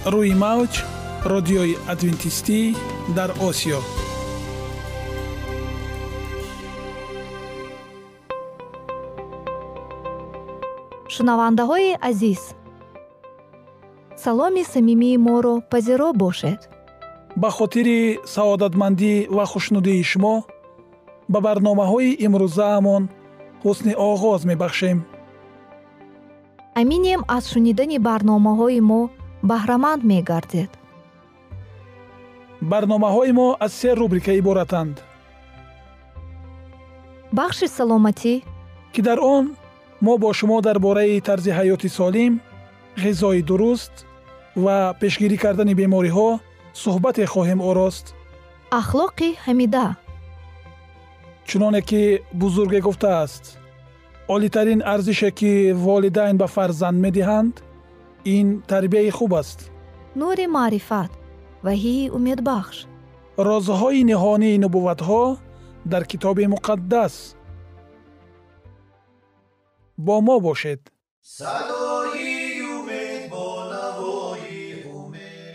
روی موج رادیوی ادوینتیستی در آسیا. шунавандаҳои азиз, саломи самимии моро пазиро бошед. ба хотири саодатмандӣ ва хушнудии шумо ба барномаҳои имрӯзаамон ҳусни оғоз мебахшем. аминем аз шунидани барномаҳои мо баҳраманд мегардед. барномаҳои мо аз 3 рубрика иборатанд. бахши саломатӣ ки дар он мо бо шумо дар бораи тарзи ҳаёти солим, ғизои дуруст ва пешгирӣ кардани бемориҳо суҳбате хоҳем орост. ахлоқи ҳамида. чуноне ки бузурге гуфтааст, олитарин арзише ки волидайн ба фарзанд медиҳанд, ин тарбияи хуб аст. нури маърифат, ваҳии умедбахш. розҳои ниҳонии нубувватҳо дар китоби муқаддас. با ما باشد. صدای امید با نوای امید.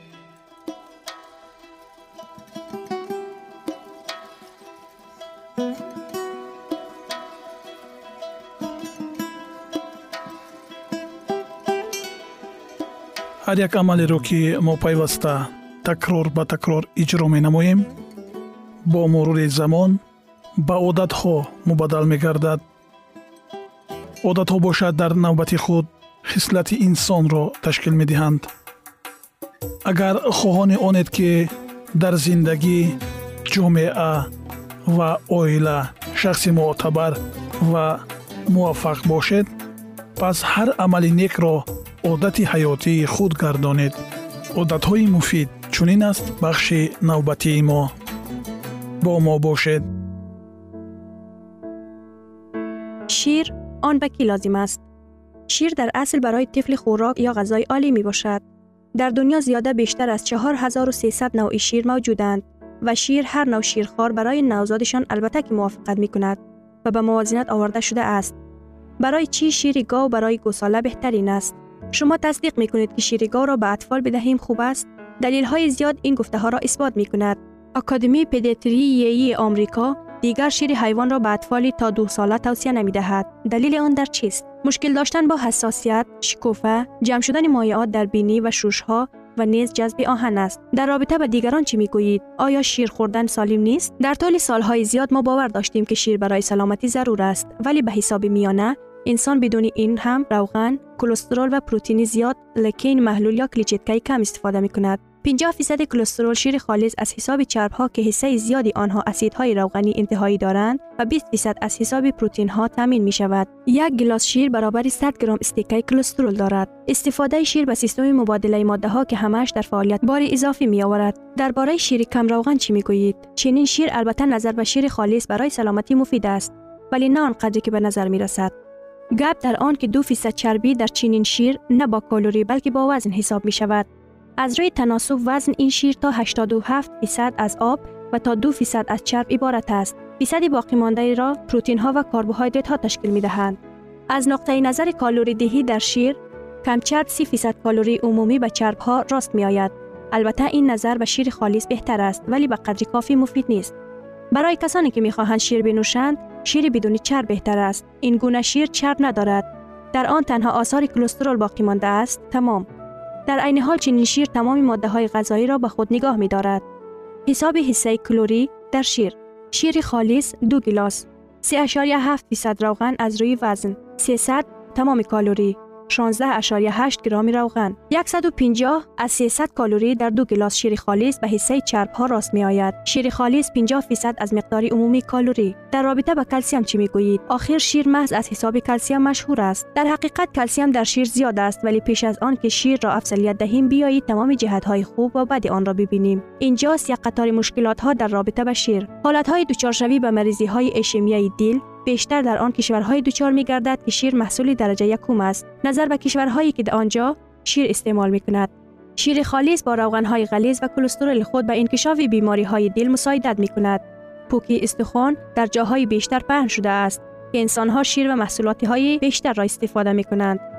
هر یک عملی رو که ما پیوسته تکرار به تکرار اجرا می نماییم، با مرور زمان به عادتها مبدل می گردد. عادتها باشد در نوبت خود خصلت انسان را تشکیل می دهند. اگر خواهان آنید که در زندگی، جامعه و عائله شخص معتبر و موفق باشد، پس هر عمل نیک را عادت حیاتی خود گردانید. عادتهای مفید چنین است بخش نوبتی ما. با ما باشد. شیر آن به کی لازم است؟ شیر در اصل برای طفل خوراک یا غذای عالی می باشد. در دنیا زیاده بیشتر از 4300 نوع شیر موجودند و شیر هر نوع شیرخوار برای نوزادشان البته که موافقت می کند و به موازنت آورده شده است. برای چی شیر گاو برای گوساله بهترین است؟ شما تصدیق می کنید که شیر گاو را به اطفال بدهیم خوب است؟ دلیل های زیاد این گفته ها را اثبات می کند. آکادمی پدیاتریایی آمریکا دیگر شیر حیوان را به اطفالی تا 2 ساله توصیه نمی دهد. دلیل آن در چیست؟ مشکل داشتن با حساسیت، شکوفه، جمع شدن مایعات در بینی و شوشها و نیز جذب آهن است. در رابطه با دیگران چی میگویید؟ آیا شیر خوردن سالم نیست؟ در طول سالهای زیاد ما باور داشتیم که شیر برای سلامتی ضرور است، ولی به حساب میانه انسان بدون این هم روغن، کلسترول و پروتئین زیاد، لکین محلول یا کلیچیتکای کم استفاده میکند. 50% کلسترول شیر خالص از حساب چرب‌ها که حصه زیادی آنها اسیدهای روغنی انتهایی دارند و 20% از حساب پروتئین‌ها تامین می‌شود. یک گلاس شیر برابر 100 گرم استیکای کلسترول دارد. استفاده شیر به سیستم مبادله ماده‌ها که همش در فعالیت بار اضافی می‌آورد. درباره شیر کم روغن چی می‌گویید؟ چنین شیر البته نظر به شیر خالص برای سلامتی مفید است، ولی نه آنقدری که به نظر می‌رسد. گپ در آن که 2% چربی در چنین شیر نه با کالری بلکه با وزن حساب می‌شود. از روی تناسب وزن این شیر تا 87% از آب و تا 2% از چرب عبارت است. فیصد باقی مانده را پروتئین ها و کربوهیدرات ها تشکیل می دهند. از نقطه نظر کالری دهی در شیر، کم چرب 30% کالری عمومی به چرب ها راست می آید. البته این نظر به شیر خالص بهتر است، ولی به قدری کافی مفید نیست. برای کسانی که می خواهند شیر بنوشند، شیر بدون چرب بهتر است. این گونه شیر چرب ندارد. در آن تنها آثار کلسترول باقی مانده است. تمام. در عین حال چنین شیر تمام ماده‌های غذایی را به خود نگاه می‌دارد. حساب حصه کالری در شیر. شیر خالص 2 گلاس، 3.7% روغن از روی وزن، 300 تمام کالری، 16.8 گرم روغن. 150 از 300 کالری در 2 گلاس شیر خالص به حصه چرب‌ها راست می‌آید. شیر خالص 50% از مقدار عمومی کالری. در رابطه با کلسیم چی می‌گویید؟ آخر شیر محض از حساب کلسیم مشهور است. در حقیقت کلسیم در شیر زیاد است، ولی پیش از آن که شیر را افضلیت دهیم بیایید تمام جهت‌های خوب و بد آن را ببینیم. اینجاست یک قطار مشکلات‌ها در رابطه با شیر. حالت‌های دچارشوی به مریضی‌های ایشمیای دل بیشتر در آن کشورهای دچار می‌گردد که شیر محصول درجه یکم است، نظر به کشورهایی که در آنجا شیر استعمال می‌کند. شیر خالص با روغن‌های غلیظ و کلسترول خود به انکشاف بیماری‌های دل مساعدت می‌کند. پوکی استخوان در جاهای بیشتر پهن شده است که انسان‌ها شیر و محصولات‌های بیشتر را استفاده می‌کنند.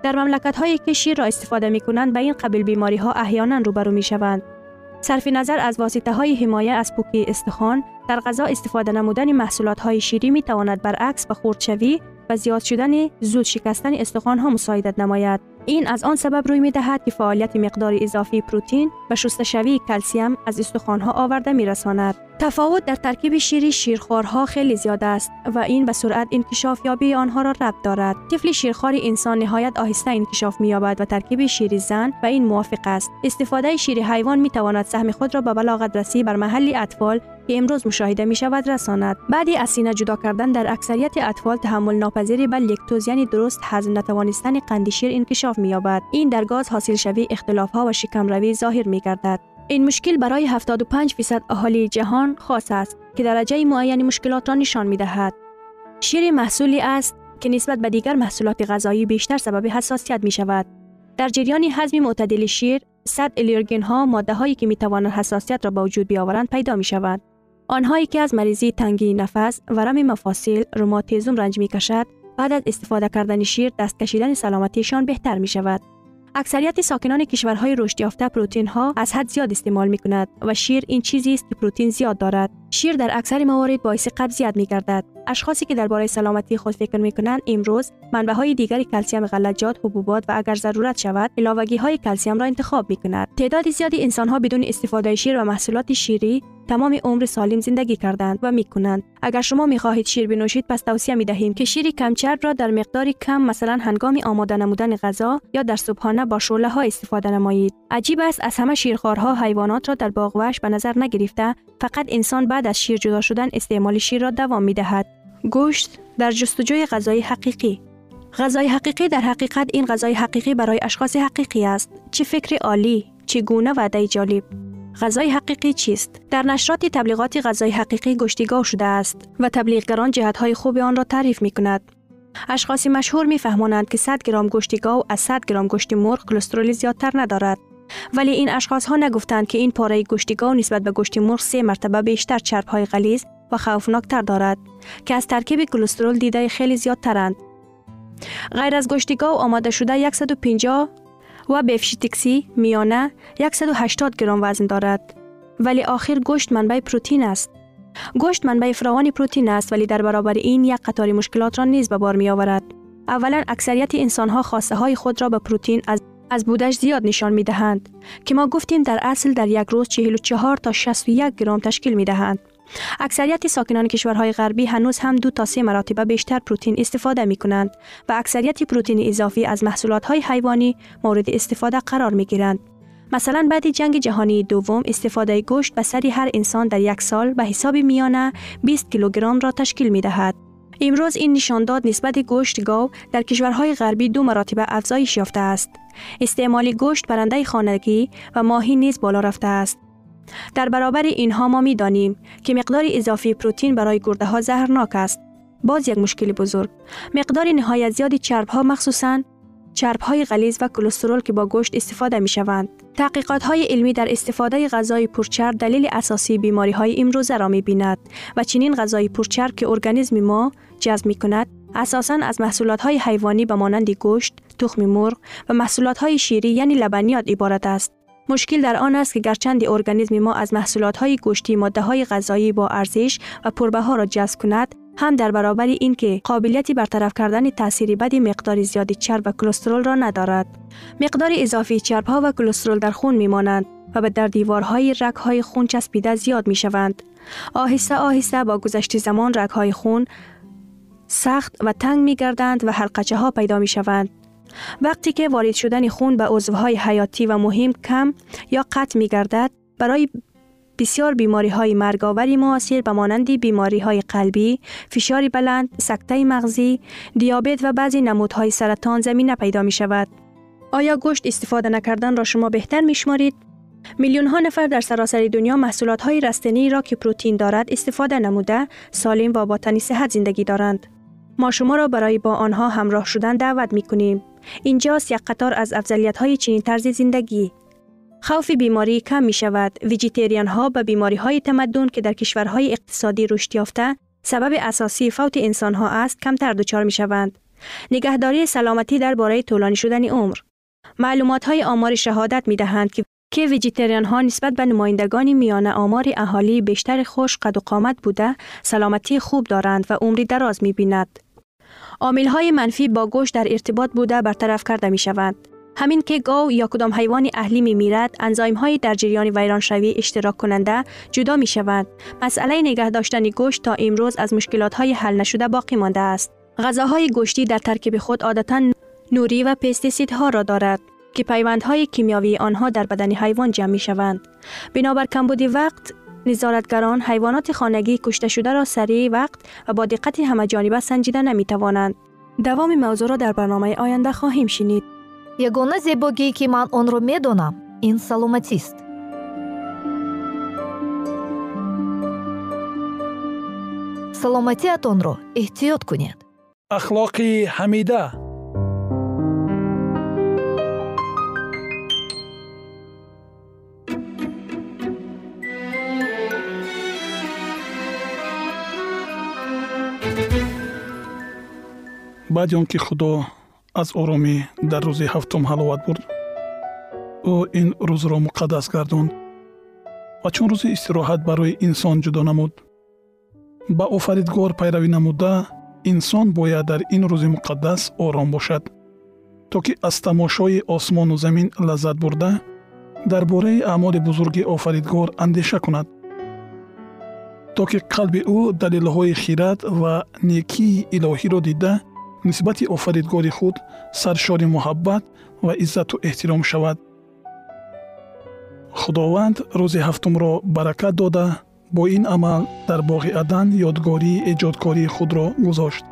در مملکت‌هایی که شیر را استفاده می‌کنند به این قبیل بیماری‌ها احیانا روبرو می‌شوند. صرف نظر از واسطه‌های حمایه از پوکی استخوان، در غذا استفاده نمودن محصولات‌های شیری می‌تواند برعکس به خردشوی و زیاد شدن زود شکستن استخوان‌ها مساعدت نماید. این از آن سبب روی می‌دهد که فعالیت مقدار اضافی پروتئین و شستشوی کلسیم از استخوان‌ها آورده می‌رساند. تفاوت در ترکیب شیری شیرخوارها خیلی زیاد است و این به سرعت انکشاف یابی آنها را ربط دارد. طفل شیرخوار انسان نهایت آهسته انکشاف می‌یابد و ترکیب شیر زن و این موافق است. استفاده شیر حیوان می‌تواند سهم خود را به بلاغت رسی بر محل اطفال که امروز مشاهده می‌شود رساند. بعدی از سینه جدا کردن در اکثریت اطفال تحمل ناپذیری به لکتوز یعنی درست هضم نتوانستن قند شیر انکشاف می‌یابد. این در گاز حاصل شوی اختلاف‌ها و شکم‌روی ظاهر می‌گردد. این مشکل برای 75% اهالی جهان خاص است که درجه معین مشکلات را نشان می‌دهد. شیر محصولی است که نسبت به دیگر محصولات غذایی بیشتر سبب حساسیت می‌شود. در جریان هضم معتدل شیر، 100 الرژن‌ها ماده‌هایی که می‌توانند حساسیت را به وجود بیاورند پیدا می‌شوند. آنهایی که از مریضی تنگی نفس، ورم مفاصل، روماتیسم رنج می‌کشد، بعد از استفاده کردن شیر دست کشیدن سلامتیشان بهتر می‌شود. اکثریت ساکنان کشورهای رشد یافته پروتئین ها از حد زیاد استعمال می کند و شیر این چیزی است که پروتئین زیاد دارد. شیر در اکثر موارد باعث قبضیت می گردد. اشخاصی که درباره سلامتی خود فکر می کنند امروز منبع‌های دیگر کلسیم غلجات، حبوبات و اگر ضرورت شود علاوگی‌های کلسیم را انتخاب می کند. تعداد زیادی انسان ها بدون استفاده شیر و محصولات شیری تمام عمر سالم زندگی کردند و می کنند. اگر شما می خواهید شیر بنوشید پس توصیه می دهیم که شیر کم چرب را در مقداری کم مثلا هنگام آماده نمودن غذا یا در صبحانه با شعله ها استفاده نمایید. عجیب است از همه شیرخوارها حیوانات را در باغ وحش به نظر نگرفته فقط انسان بعد از شیر جدا شدن استعمال شیر را دوام می دهد. گوشت در جستجوی غذای حقیقی. غذای حقیقی در حقیقت این غذای حقیقی برای اشخاص حقیقی است. چه فکر عالی، چگونه وعده جالب. غذای حقیقی چیست؟ در نشرات تبلیغات غذای حقیقی گشتیگاه شده است و تبلیغگران جهت‌های خوب آن را تعریف می‌کند. اشخاص مشهور می‌فهمانند که 100 گرم گوشتیگاه از 100 گرم گوشت مرغ کلسترول زیادتر ندارد. ولی این اشخاص‌ها نگفتند که این پاره گوشتیگاه نسبت به گوشت مرغ 3 مرتبه بیشتر چرب‌های غلیظ و خوفناکتر دارد که از ترکیب کلسترول دیده خیلی زیادترند. غیر از گوشتیگاه آماده شده 150 و بفشتکسی میانه 180 گرم وزن دارد. ولی آخر گوشت منبع پروتئین است. گوشت منبع فراوان پروتئین است ولی در برابر این یک قطار مشکلات را نیز به بار می آورد. اولا اکثریت انسان ها خواسته های خود را به پروتئین از بودش زیاد نشان می دهند که ما گفتیم در اصل در یک روز 44 تا 61 گرم تشکیل می دهند. اکثریت ساکنان کشورهای غربی هنوز هم 2 تا 3 مراتب بیشتر پروتئین استفاده می کنند و اکثریت پروتئین اضافی از محصولات حیوانی مورد استفاده قرار می گیرند. مثلا بعد جنگ جهانی دوم استفاده گوشت به سر هر انسان در یک سال به حساب میانه 20 کیلوگرم را تشکیل می دهد. امروز این نشانداد نسبت گوشت گاو در کشورهای غربی 2 مراتب افزایش یافته است. استعمال گوشت پرنده خانگی و ماهی نیز بالا رفته است. در برابر اینها ما می دانیم که مقدار اضافی پروتئین برای گرده ها زهرناک است. باز یک مشکل بزرگ. مقدار نهایت زیادی چرب ها مخصوصاً چرب های غلیظ و کلسترول که با گوشت استفاده می شوند. تحقیقات های علمی در استفاده غذای پرچرب دلیل اساسی بیماری های امروزه را می بیند و چنین غذای پرچرب که ارگانیسم ما جذب می کند اساساً از محصولات های حیوانی به مانند گوشت، تخم مرغ و محصولات های شیری یعنی لبنیات عبارت است. مشکل در آن است که گرچند ارگانیسم ما از محصولات های گوشتی ماده های غذایی با ارزش و پربها را جذب کند، هم در برابر این که قابلیتی برطرف کردن تأثیر بد مقدار زیادی چرب و کلسترول را ندارد. مقدار اضافی چرب ها و کلسترول در خون میمانند و در دیوارهای رگ های خون چسبیده زیاد می شوند. آهسته آهسته با گذشت زمان رگ های خون سخت و تنگ می گردند و حلقچه ها پیدا می شوند. وقتی که وارد شدن خون به عضوهای حیاتی و مهم کم یا قطع می گردد، برای بسیار بیماری های مرگاوری معاصر به مانند بیماری های قلبی، فشار بلند، سکته مغزی، دیابت و بعضی نمودهای سرطان زمینه پیدا می شود. آیا گوشت استفاده نکردن را شما بهتر می شمارید؟ میلیون ها نفر در سراسر دنیا محصولات های رستنی را که پروتئین دارد استفاده نموده سالم و با تن صحت زندگی دارند. ما شما را برای با آنها همراه شدن دعوت می کنیم. اینجاست یک قطار از افضلیت های چنین طرز زندگی. خوف بیماری کم می شود. ویژیتریان ها به بیماری های تمدن که در کشورهای اقتصادی رشد یافته سبب اساسی فوت انسان ها است کمتر دچار می شوند. نگهداری سلامتی درباره طولانی شدن عمر. معلومات‌های آمار شهادت می‌دهند که ویژیتریان ها نسبت به نمایندگان میانه آمار اهالی بیشتر خوش قد و قامت بوده سلامتی خوب دارند و عمری دراز می‌بینند. عامل‌های منفی با گوشت در ارتباط بوده برطرف کرده می‌شوند. همین که گاو یا کدام حیوان اهلی می‌میرد، انزایم‌های در جریان ویرانشوی اشتراک کننده جدا می‌شوند. مسئله نگه داشتن گوشت تا امروز از مشکلات‌های حل نشده باقی مانده است. غذاهای گوشتی در ترکیب خود عادتاً نوری و پستیسیدها را دارد که پیوندهای کیمیاوی آنها در بدن حیوان جمع می‌شوند. بنابر کمبود وقت، نظارتگران حیوانات خانگی کشته شده را سریع وقت و با دقت همه‌جانبه سنجیده نمی‌توانند. دوام موضوع را در برنامه آینده خواهیم شنید. ягона зебогие ки ман онро медонам ин саломатист. саломатиатонро эҳтиёт кунед. اخلاقی حمیده. بعد آن که خدا از آرامی در روز هفتم حلاوت برد، او این روز را مقدس گرداند و چون روز استراحت برای انسان جدا نمود، با آفریدگار پیروی نموده انسان باید در این روز مقدس آرام باشد تا که از تماشای آسمان و زمین لذت برده درباره اعمال بزرگ آفریدگار اندیشه کند، تا که قلب او دلیل‌های خیرات و نیکی الهی را دیده نسبت آفریدگار خود سرشار محبت و عزت و احترام شود. خداوند روز هفتم را برکت داده با این عمل در باغ عدن یادگاری ایجادکاری خود را گذاشت.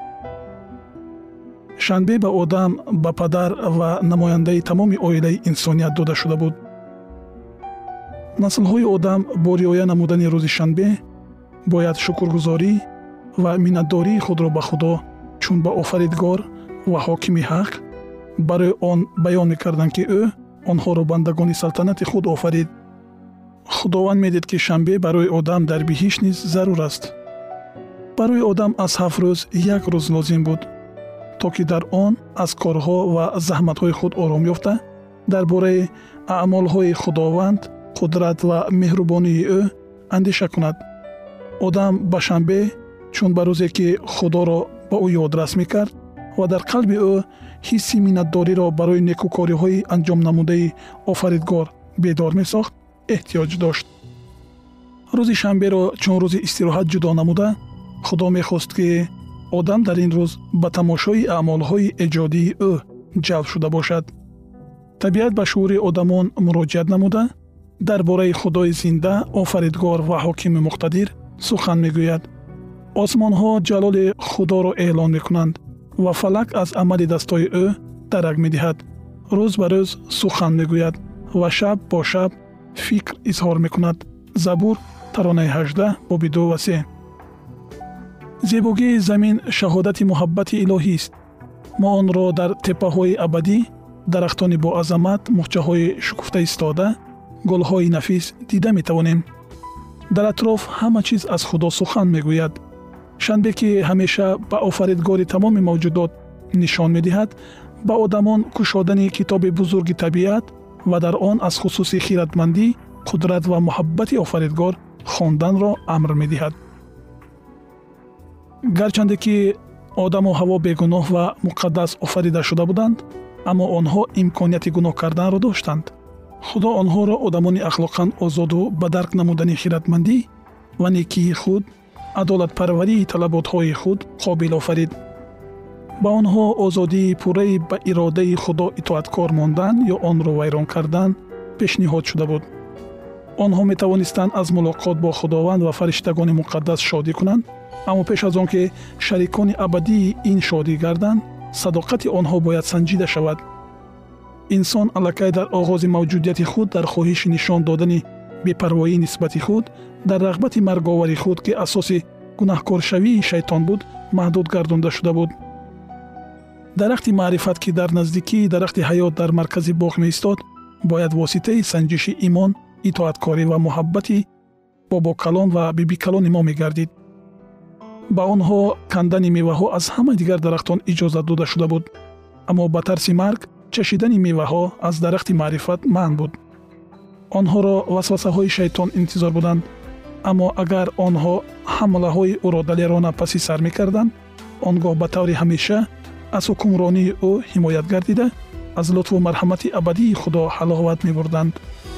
شنبه به آدم، به پدر و نماینده تمام عائله انسانیت داده شده بود. نسل‌های آدم با رعایت نمودن روز شنبه باید شکرگزاری و منتداری خود را به خدا چون به آفریدگار و حاکم حق برای آن بیان می‌کردند که او آنها را بندگان سلطنت خود آفرید. خداوند می‌دید که شنبه برای آدم در بهشت نیز ضرور است. برای آدم از 7 روز یک روز لازم بود تا که در آن از کارها و زحمت‌های خود آرام یافته درباره اعمال‌های خداوند، قدرت و مهربانی او اندیشه کند. آدم به شنبه چون به روزی که خدا را با او یادرس می‌کرد و در قلب او حس منتداری را برای نیکوکاری‌های انجام نموده آفریدگار بیدار می‌ساخت احتیاج داشت. روز شنبه را چون روز استراحت جدا نموده خدا می‌خواست که آدم در این روز به تماشای اعمال‌های ایجادی او جلب شده باشد. طبیعت به شعور آدمان مراجعت نموده درباره خدای زنده، آفریدگار و حاکم مقتدر سخن می‌گوید. آسمان‌ها جلال خدا را اعلان می‌کنند و فلک از عمل دستای او درک می‌دهد. روز به روز سخن می‌گوید و شب با شب فکر اظهار می‌کند. زبور ترانه 18 باب 2 و 3. زیبایی زمین شهادت محبت الهی است. ما آن را در تپه‌های ابدی، درختان با عظمت، مورچه‌های شکفته ایستاده، گل‌های نفیس دیده می‌توانیم. در اطراف همه چیز از خدا سخن می‌گوید. شنبه که همیشه به آفریدگار تمام موجودات نشان می‌دهد، به آدمان کشادن کتاب بزرگ طبیعت و در آن از خصوص خیرتمندی، قدرت و محبت آفریدگار خواندن را امر می‌دهد. گرچند که آدم و حوا بیگناه و مقدس آفریده شده بودند، اما آنها امکانیت گناه کردن را داشتند. خدا آنها را آدمان اخلاقاً آزاد و به درک نمودن خیرتمندی و نیکی خود، عدالت پروری طلبات‌های خود قابل آفرید. با آنها آزادی پوره به اراده خدا اطاعتکار ماندن یا آن را ویران کردن پیشنهاد شده بود. آنها می توانستند از ملاقات با خداوند و فرشتگان مقدس شادی کنند، اما پیش از آن که شریکان ابدی این شادی گردند، صداقت آنها باید سنجیده شود. انسان الکی در آغاز موجودیت خود در خواهش نشان دادن بی‌پروایی نسبت خود، در رغبت مرگاوری خود که اساس گناهکار شوی شیطان بود، محدود گردانده شده بود. درخت معرفت که در نزدیکی درخت حیات در مرکز باغ می ایستاد، باید واسطه سنجش ایمان، اطاعتکاری و محبت بابا کلان و بیبی کلان ما می گردید. ба онҳо кандани меваҳо аз ҳама дигар дарахтон иҷозат дода шуда буд, аммо ба тарси марг чашидани меваҳо аз дарахти маърифат манъ буд. онҳоро васвасаҳои шайтон интизор буданд, аммо агар онҳо ҳамлаҳои ӯро далерона паси сар мекарданд, он гоҳ ба таври ҳамеша аз ҳукмронии ӯ ҳимоят гардида, аз лутфу марҳамати абадии худо ҳаловат мебурданд.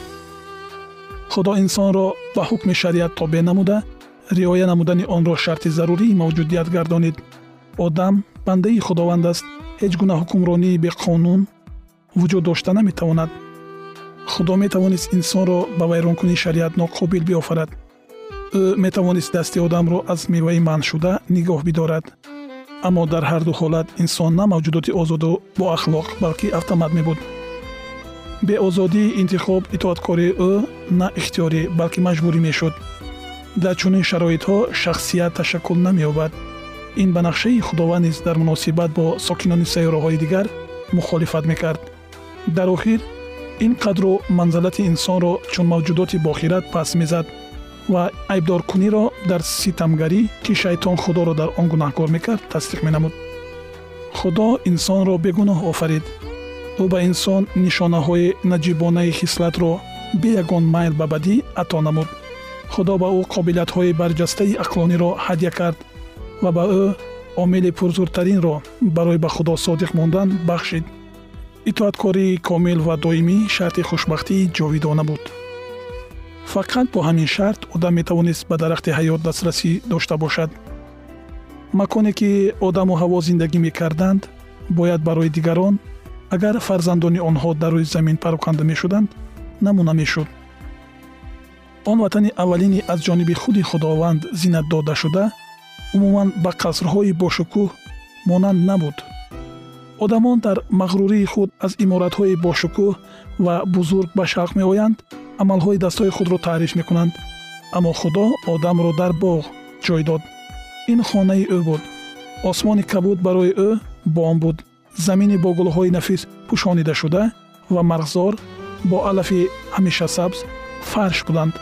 худо инсонро ба ҳукми шариат тобеъ намуда, риоя намудани онро шарти зарурии мавҷудият гардонид. одам бандаи худованд аст, ҳеҷ гуна ҳукмронии беқонун вуҷуд дошта наметавонад. худо метавонист инсонро ба вайронкунии шариат ноқобил биёфарад. ӯ метавонист дасти одамро аз меваи манъшуда нигоҳ бидорад. аммо дар ҳар ду ҳолат инсон на мавҷудоти озоду боахлоқ, балки автомат мебуд. беозодии интихоб итоаткории ӯ на ихтиёрӣ, балки маҷбурӣ мешуд. дар чунин шароитҳо шахсият ташаккул намеёбад. ин ба нақшаи худованд низ дар муносибат бо сокинони сайёраҳои дигар мухолифат мекард. дар охир ин қадру манзалати инсонро чун мавҷудоти бохират пас мезад ва айбдоркуниро дар ситамгарӣ, ки шайтон худоро дар он гунаҳкор мекард, тасдиқ менамуд. худо инсонро бегуноҳ офарид. ӯ ба инсон нишонаҳои наҷибонаи хислатро бе ягон майл ба бадӣ ато намуд. худо ба ӯ қобилиятҳои барҷастаи ақлониро ҳадя кард ва ба ӯ омили пурзуртаринро барои ба худо содиқ мондан бахшид. итоаткории комил ва доимӣ шарти хушбахтии ҷовидона буд. фақат бо ҳамин шарт одам метавонист ба дарахти ҳаёт дастрасӣ дошта бошад. маконе ки одаму ҳаво зиндагӣ мекарданд, бояд барои дигарон, агар фарзандони онҳо дар рӯи замин пароканда мешуданд, намуна мешуд. он ватани аввалини аз ҷониби худи худованд зинат дода шуда, умуман ба қасрҳои бошукӯҳ монанд набуд. одамон дар мағрурии худ аз иморатҳои бошукӯҳ ва бузург ба шавқ меоянд, амалҳои дастҳои худро таъриф мекунанд. аммо худо одамро дар боғ ҷой дод. ин хонаи ӯ буд. осмони кабуд барои ӯ бом буд. замини бо гулҳои нафис пӯшонида шуда ва марғзор бо алафи ҳамешасабз фарш буданд.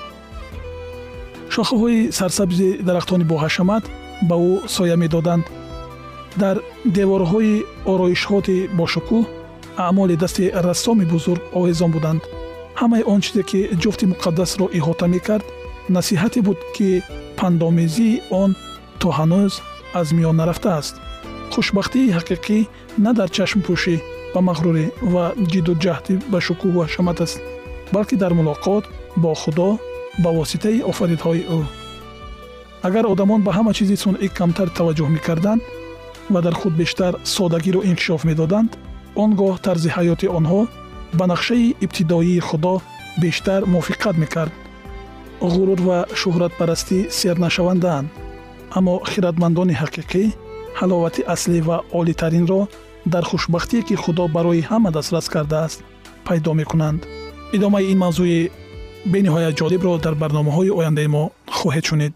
шохаҳои сарсабзи дарахтони боҳашамат ба ӯ соя медоданд. дар деворҳои ороишҳоти бошукӯҳ аъмоли дасти рассоми бузург овезон буданд. ҳамаи он чизе ки ҷуфти муқаддасро иҳота мекард, насиҳате буд, ки пандомезии он то ҳанӯз аз миён нарафтааст. хушбахтии ҳақиқӣ на дар чашмпӯшӣ ба мағрурӣ ва ҷиддуҷаҳди ба шукӯҳ ва ҳашамат аст, балки дар мулоқот бо худо ба воситаи офаридҳои ӯ. агар одамон ба ҳама чизи сунъӣ камтар таваҷҷӯҳ мекарданд ва дар худ бештар содагиро инкишоф медоданд, он гоҳ тарзи ҳаёти онҳо ба нақшаи ибтидоии худо бештар мувофиқат мекард. ғурур ва шӯҳратпарастӣ сернашавандаанд, аммо хиратмандони ҳақиқӣ ҳаловати аслӣ ва олитаринро дар хушбахтие ки худо барои ҳама дастрас кардааст пайдо мекунанд. идомаи ин мавзӯи бениҳоят ҷолибро дар барномаҳои ояндаи мо хоҳед шунид.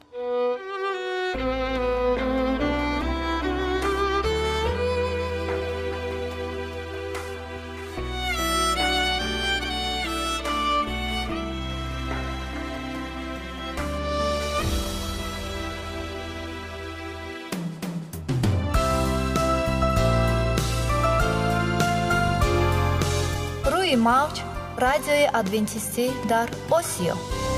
мавҷ радиои адвентистӣ дар Осиё.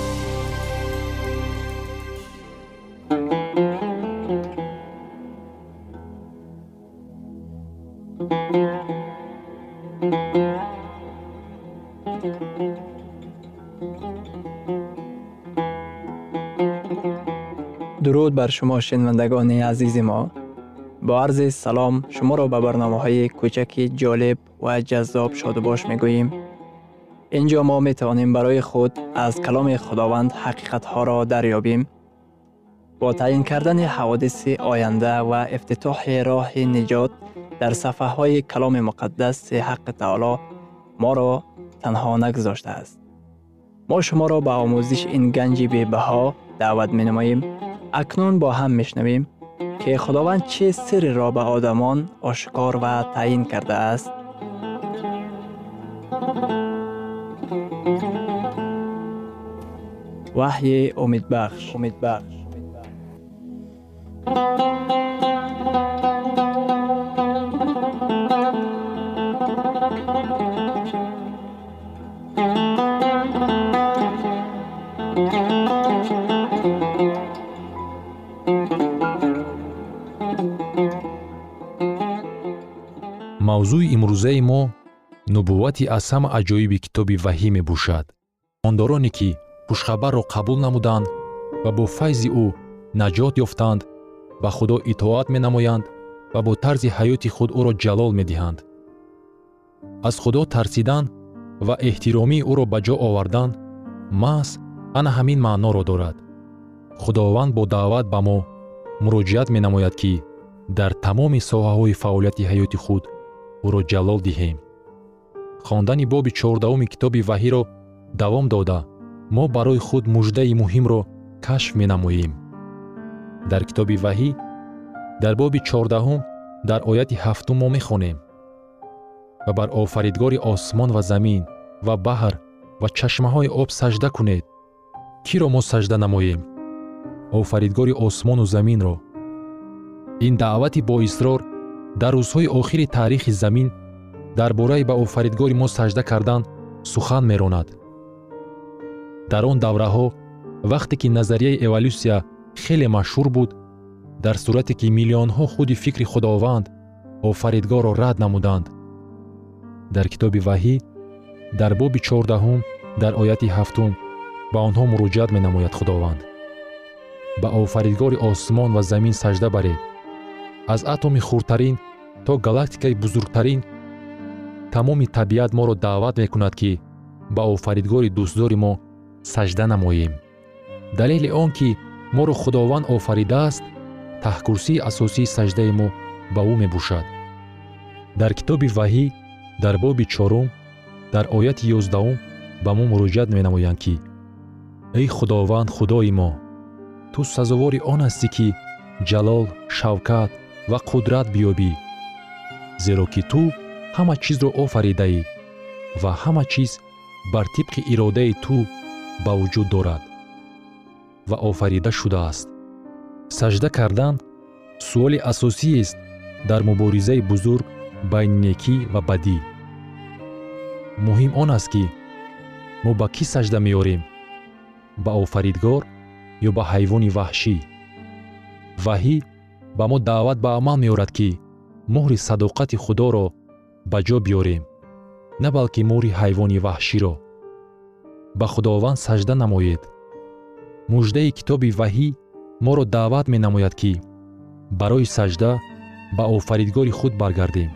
درود بر شما شنوندگان عزیز ما. با عرض سلام شما را به برنامه‌های کوچک جالب و جذاب شادباش می‌گوییم. اینجا ما می‌توانیم برای خود از کلام خداوند حقیقت‌ها را دریابیم. با تعیین کردن حوادث آینده و افتتاح راه نجات در صفحه‌های کلام مقدس حق تعالی ما را تنها نگذاشته است. ما شما را به آموزش این گنج بی‌بها دعوت می‌نماییم. اکنون با هم می‌شنویم که خداوند چه سری را به آدمان آشکار و تعیین کرده است. وحی امیدبخش. мавзӯи имрӯзаи мо нубуввати аз ҳама аҷоиби китоби ваҳӣ мебошад. имондороне ки хушхабарро қабул намуданд ва бо файзи ӯ наҷот ёфтанд, ба худо итоат менамоянд ва бо тарзи ҳаёти худ ӯро ҷалол медиҳанд. аз худо тарсидан ва эҳтиромии ӯро ба ҷо овардан маҳз ана ҳамин маъноро дорад. худованд бо даъват ба мо муроҷиат менамояд ки дар тамоми соҳаҳои фаъолияти ҳаёти худ ӯро ҷалол диҳем. хондани боби 14 китоби ваҳиро давом дода, мо барои худ муждаи муҳимро кашф менамоем. дар китоби ваҳӣ дар боби 14 дар ояти 7 мо мехонем: ва бар офаридгори осмон ва замин ва баҳр ва чашмаҳои об сажда кунед. киро мо сажда намоем? офаридгори осмону заминро. ин даъвати боисрор дар рӯзҳои охири таърихи замин дар бораи ба офаридгори мо сажда кардан сухан меронад. дар он давраҳо, вақте ки назарияи эволюсия хеле машҳур буд, дар сурате ки миллионҳо худи фикри худованд офаридгорро рад намуданд. дар китоби ваҳӣ дар боби 14 дар ояти 7 ба онҳо муроҷиат менамояд худованд: ба офаридгори осмон ва замин сажда баред. аз атоми хурдтарин то галактикаи бузургтарин тамоми табиат моро даъват мекунад ки ба офаридгори дӯстдори мо сажда намоем. далели он ки моро худованд офаридааст, таҳкурсии асосии саждаи мо ба ӯ мебошад. дар китоби ваҳӣ дар боби 4 дар ояти 11 ба мо муроҷиат менамоянд ки: эй худованд, худои мо, ту сазовори он ҳастӣ ки ҷалол, шавкат ва қудрат биёбӣ, зеро ки ту ҳама чизро офаридаӣ ва ҳама чиз бар тибқи иродаи ту ба вуҷуд дорад ва офарида шудааст. сажда кардан суоли асосиест дар муборизаи бузург байни некӣ ва бадӣ. муҳим он аст ки мо ба кӣ сажда меёрем: ба офаридгор ё ба ҳайвони ваҳшӣ? ваҳӣ ба мо даъват ба амал меорад ки муҳри садоқати худоро ба ҷо биёрем, на балки муҳри ҳайвони ваҳширо. ба худованд сажда намоед. муждаи китоби ваҳӣ моро даъват менамояд ки барои сажда ба офаридгори худ баргардем.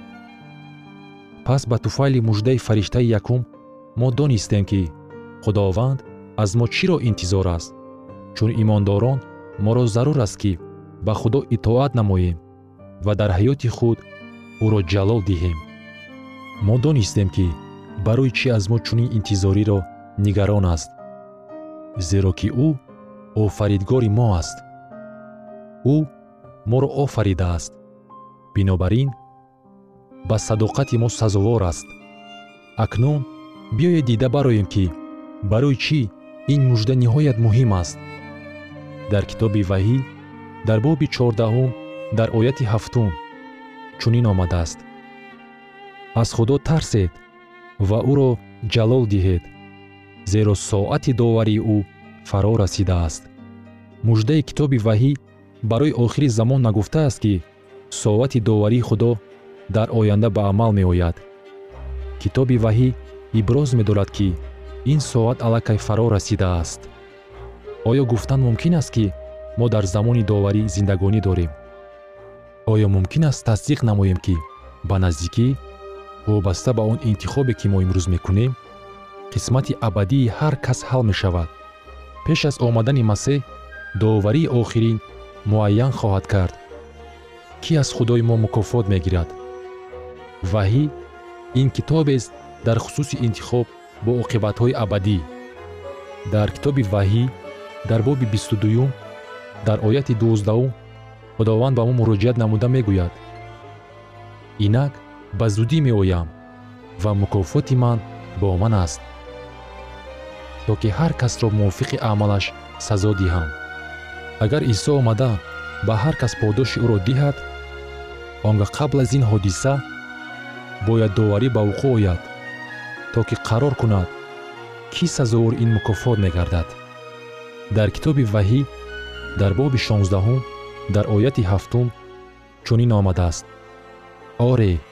пас ба туфайли муждаи фариштаи якум мо донистем ки худованд аз мо чиро интизор аст, чун имондорон моро зарур аст ки ба худо итоат намоем ва дар ҳаёти худ ӯро ҷалол диҳем. мо донистем ки барои чӣ аз мо чунин интизориро нигарон аст, зеро ки ӯ офаридгори мо аст. ӯ моро офаридааст, бинобар ин ба садоқати мо сазовор аст. акнун биёед дида бароем ки барои чӣ ин мужда ниҳоят муҳим аст. дар китоби ваҳӣ дар боби 14 дар ояти 7 чунин омадааст: аз худо тарсед ва ӯро ҷалол диҳед, зеро соати доварии ӯ фаро расидааст. муждаи китоби ваҳӣ барои охири замон нагуфтааст ки соати доварии худо дар оянда ба амал меояд. китоби ваҳӣ иброз медорад ки ин соат аллакай фаро расидааст. оё гуфтан мумкин аст ки мо дар замони доварӣ зиндагонӣ дорем? оё мумкин аст тасдиқ намоем ки ба наздикӣ, вобаста ба он интихобе ки мо имрӯз мекунем, қисмати абадии ҳар кас ҳал мешавад? пеш аз омадани масеҳ доварии охирин муайян хоҳад кард. кӣ аз худои мо мукофот мегирад? ваҳӣ ин китобест дар хусуси интихоб бо оқибатҳои абадӣ. дар китоби ваҳӣ дар боби 22 дар ояти 12 худованд ба мо муроҷиат намуда мегӯяд: инак ба зудӣ меоям ва мукофоти ман бо ман аст, то ки ҳар касро мувофиқи аъмалаш сазо диҳам. агар исо омада ба ҳар кас подоши ӯро диҳад, онгаҳ қабл аз ин ҳодиса бояд доварӣ ба вуқӯъ ояд, то ки қарор кунад кӣ сазовори ин мукофот мегардад. дар китоби ваҳӣ дар боби 16 дар ояти 7 чунин омадааст: оре,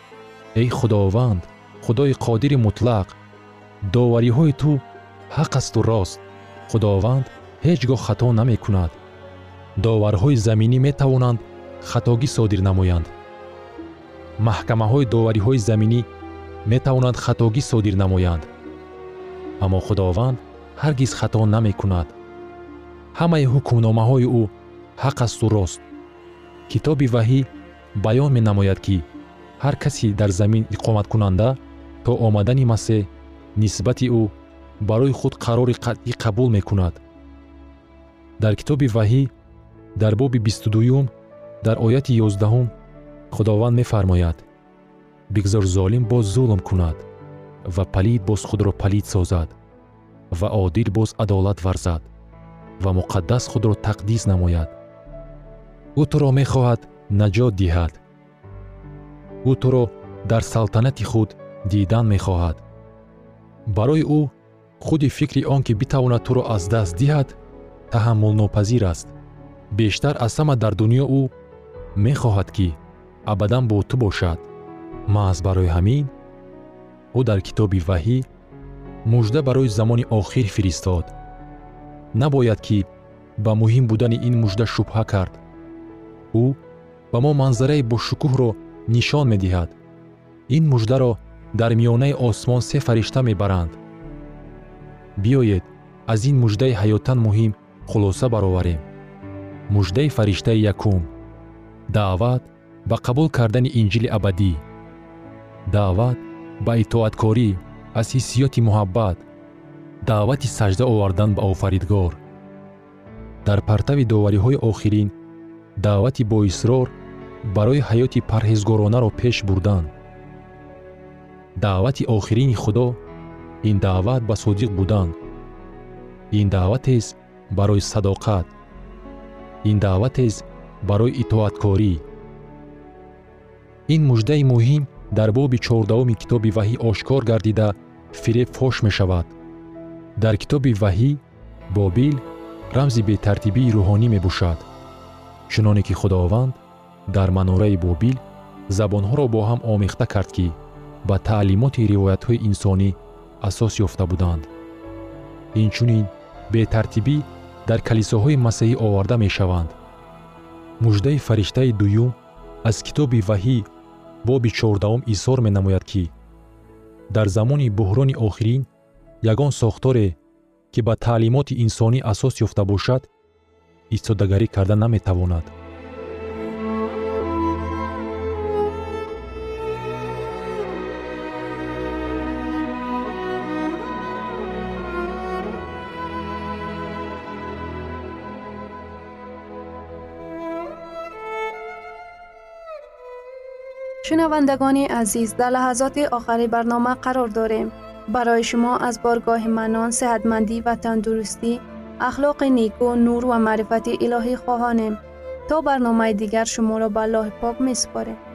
ای خداوند، خدای قادر مطلق، داوری های تو حق است و راست. خداوند هیچگاه خطا نمی کند. داورهای زمینی می توانند خطاگی صادر نمایند. محکمه های داوری های زمینی می توانند خطاگی صادر نمایند. اما خداوند هرگز خطا نمی کند. همه حکمنامه های او حق است و راست. کتاب وحی بیان می نماید که هر کسی در زمین اقامت کننده تا آمدن مسیح نسبت او برای خود قرار قطعی قبول می کند. در کتاب وحی در باب 22 در آیت 11 خداوند می فرماید: بگذار ظالم باز ظلم کند و پلید باز خود را پلید سازد و عادل باز عدالت ورزد و مقدس خود را تقدیس نماید. او تو را می خواهد نجات دهد. او تو را در سلطنت خود دیدن می خواهد. برای او خود فکر آن که بتواند تو را از دست دهد تحمل ناپذیر است. بیشتر از همه در دنیا او می خواهد که ابداً با تو باشد. محض برای همین او در کتاب وحی مژده برای زمان آخر فرستاد. نباید که به مهم بودن این مژده شبهه کرد. او به ما منظره با شکوه را نشان می دهد. این مژده را در میانه آسمان 3 فرشته می برند. بیایید از این مژده حیاتاً مهم خلاصه برآوریم. مژده فرشته یکم: دعوت به قبول کردن انجیل ابدی، دعوت به اطاعتکاری از حسیات محبت، دعوت سجده آوردن به آفریدگار. در پرتو داوری های آخرین دعوت با اصرار برای حیات پرهیزگارانه را پیش بردن. دعوت آخرین خدا این دعوت به صادق بودن. این دعوت است برای صداقت. این دعوت است برای اطاعتکاری. این مژده مهم در باب 14 کتاب وحی آشکار گردیده فریب فاش می شود. در کتاب وحی بابل رمز به ترتیبی روحانی می باشد. چنانه که خداوند در مناره بابل زبانها را با هم آمیخته کرد که به تعلیمات روایت های انسانی اساس یافته بودند. این چنین به ترتیبی در کلیساهای مسیحی آورده می شوند. مژده فرشته دوم از کتاب وحی باب 14 ایثار می نماید که در زمان بحران آخرین یگان ساختار که به تعلیمات انسانی اساس یافته باشد ایستادگی کردن نمی تواند. شنوندگان عزیز، در لحظات آخری برنامه قرار داریم. برای شما از بارگاه منان، صحتمندی و تندرستی، اخلاق نیکو، نور و معرفت الهی خواهانیم. تا برنامه دیگر شما را به الله پاک می‌سپاریم.